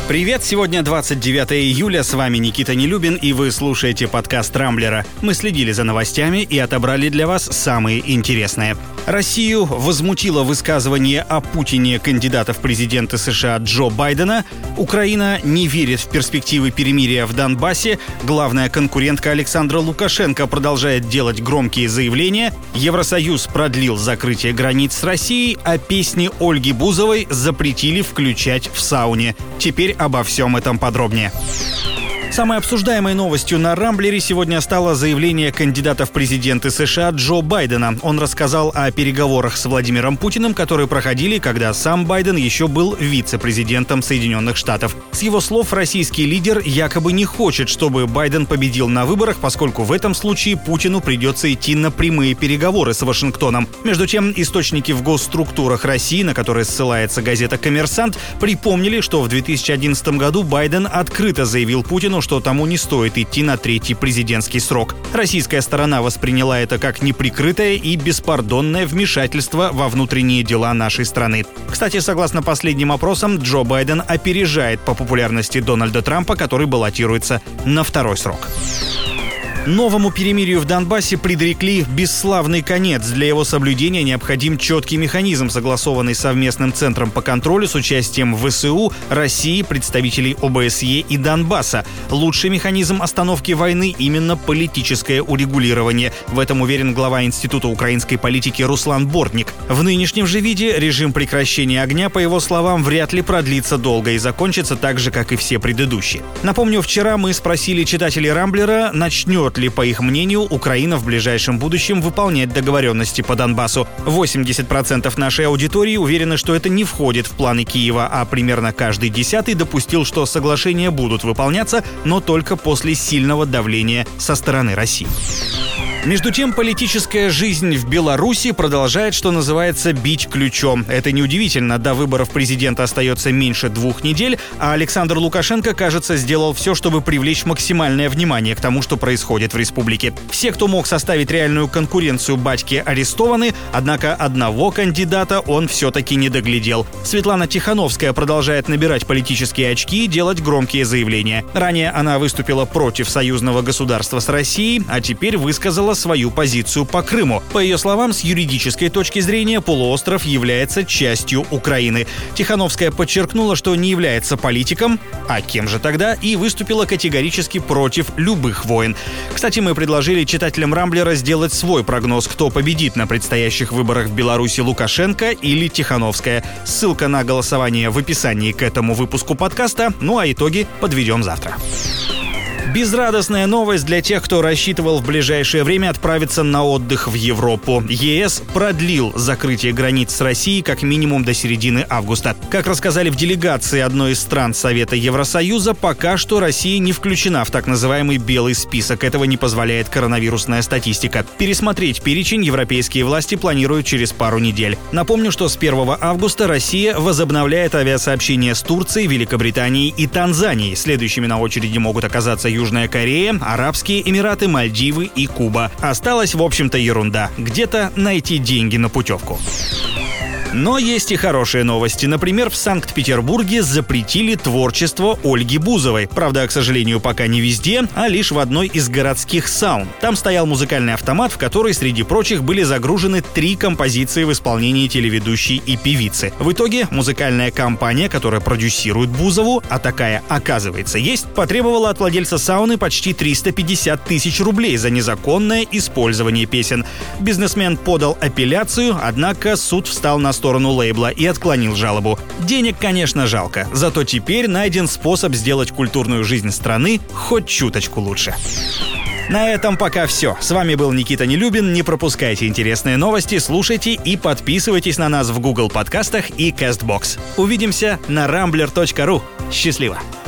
Привет, сегодня 29 июля, с вами Никита Нелюбин, и вы слушаете подкаст «Рамблера». Мы следили за новостями и отобрали для вас самые интересные. Россию возмутило высказывание о Путине кандидата в президенты США Джо Байдена. Украина не верит в перспективы перемирия в Донбассе. Главная конкурентка Александра Лукашенко продолжает делать громкие заявления. Евросоюз продлил закрытие границ с Россией, а песни Ольги Бузовой запретили включать в сауне. Теперь обо всем этом подробнее. Самой обсуждаемой новостью на «Рамблере» сегодня стало заявление кандидата в президенты США Джо Байдена. Он рассказал о переговорах с Владимиром Путиным, которые проходили, когда сам Байден еще был вице-президентом Соединенных Штатов. С его слов, российский лидер якобы не хочет, чтобы Байден победил на выборах, поскольку в этом случае Путину придется идти на прямые переговоры с Вашингтоном. Между тем, источники в госструктурах России, на которые ссылается газета «Коммерсант», припомнили, что в 2011 году Байден открыто заявил Путину, что тому не стоит идти на третий президентский срок. Российская сторона восприняла это как неприкрытое и беспардонное вмешательство во внутренние дела нашей страны. Кстати, согласно последним опросам, Джо Байден опережает по популярности Дональда Трампа, который баллотируется на второй срок. Новому перемирию в Донбассе предрекли бесславный конец. Для его соблюдения необходим четкий механизм, согласованный Совместным центром по контролю с участием ВСУ, России, представителей ОБСЕ и Донбасса. Лучший механизм остановки войны – именно политическое урегулирование. В этом уверен глава Института украинской политики Руслан Бортник. В нынешнем же виде режим прекращения огня, по его словам, вряд ли продлится долго и закончится так же, как и все предыдущие. Напомню, вчера мы спросили читателей «Рамблера», начнет ли, по их мнению, Украина в ближайшем будущем выполнять договоренности по Донбассу. 80% нашей аудитории уверены, что это не входит в планы Киева, а примерно каждый 10-й допустил, что соглашения будут выполняться, но только после сильного давления со стороны России. Между тем, политическая жизнь в Беларуси продолжает, что называется, бить ключом. Это неудивительно, до выборов президента остается меньше 2 недель, а Александр Лукашенко, кажется, сделал все, чтобы привлечь максимальное внимание к тому, что происходит в республике. Все, кто мог составить реальную конкуренцию батьке, арестованы, однако одного кандидата он все-таки не доглядел. Светлана Тихановская продолжает набирать политические очки и делать громкие заявления. Ранее она выступила против союзного государства с Россией, а теперь высказала свою позицию по Крыму. По ее словам, с юридической точки зрения полуостров является частью Украины. Тихановская подчеркнула, что не является политиком, а кем же тогда, и выступила категорически против любых войн. Кстати, мы предложили читателям «Рамблера» сделать свой прогноз, кто победит на предстоящих выборах в Беларуси, Лукашенко или Тихановская. Ссылка на голосование в описании к этому выпуску подкаста, ну а итоги подведем завтра. Безрадостная новость для тех, кто рассчитывал в ближайшее время отправиться на отдых в Европу. ЕС продлил закрытие границ с Россией как минимум до середины августа. Как рассказали в делегации одной из стран Совета Евросоюза, пока что Россия не включена в так называемый белый список. Этого не позволяет коронавирусная статистика. Пересмотреть перечень европейские власти планируют через пару недель. Напомню, что с 1 августа Россия возобновляет авиасообщение с Турцией, Великобританией и Танзанией. Следующими на очереди могут оказаться Южная Корея, Арабские Эмираты, Мальдивы и Куба. Осталась, в общем-то, ерунда. Где-то найти деньги на путевку. Но есть и хорошие новости. Например, в Санкт-Петербурге запретили творчество Ольги Бузовой. Правда, к сожалению, пока не везде, а лишь в одной из городских саун. Там стоял музыкальный автомат, в который, среди прочих, были загружены 3 композиции в исполнении телеведущей и певицы. В итоге музыкальная компания, которая продюсирует Бузову, а такая, оказывается, есть, потребовала от владельца сауны почти 350 тысяч рублей за незаконное использование песен. Бизнесмен подал апелляцию, однако суд встал на сторону лейбла и отклонил жалобу. Денег, конечно, жалко, зато теперь найден способ сделать культурную жизнь страны хоть чуточку лучше. На этом пока все. С вами был Никита Нелюбин. Не пропускайте интересные новости, слушайте и подписывайтесь на нас в Google подкастах и CastBox. Увидимся на rambler.ru. Счастливо!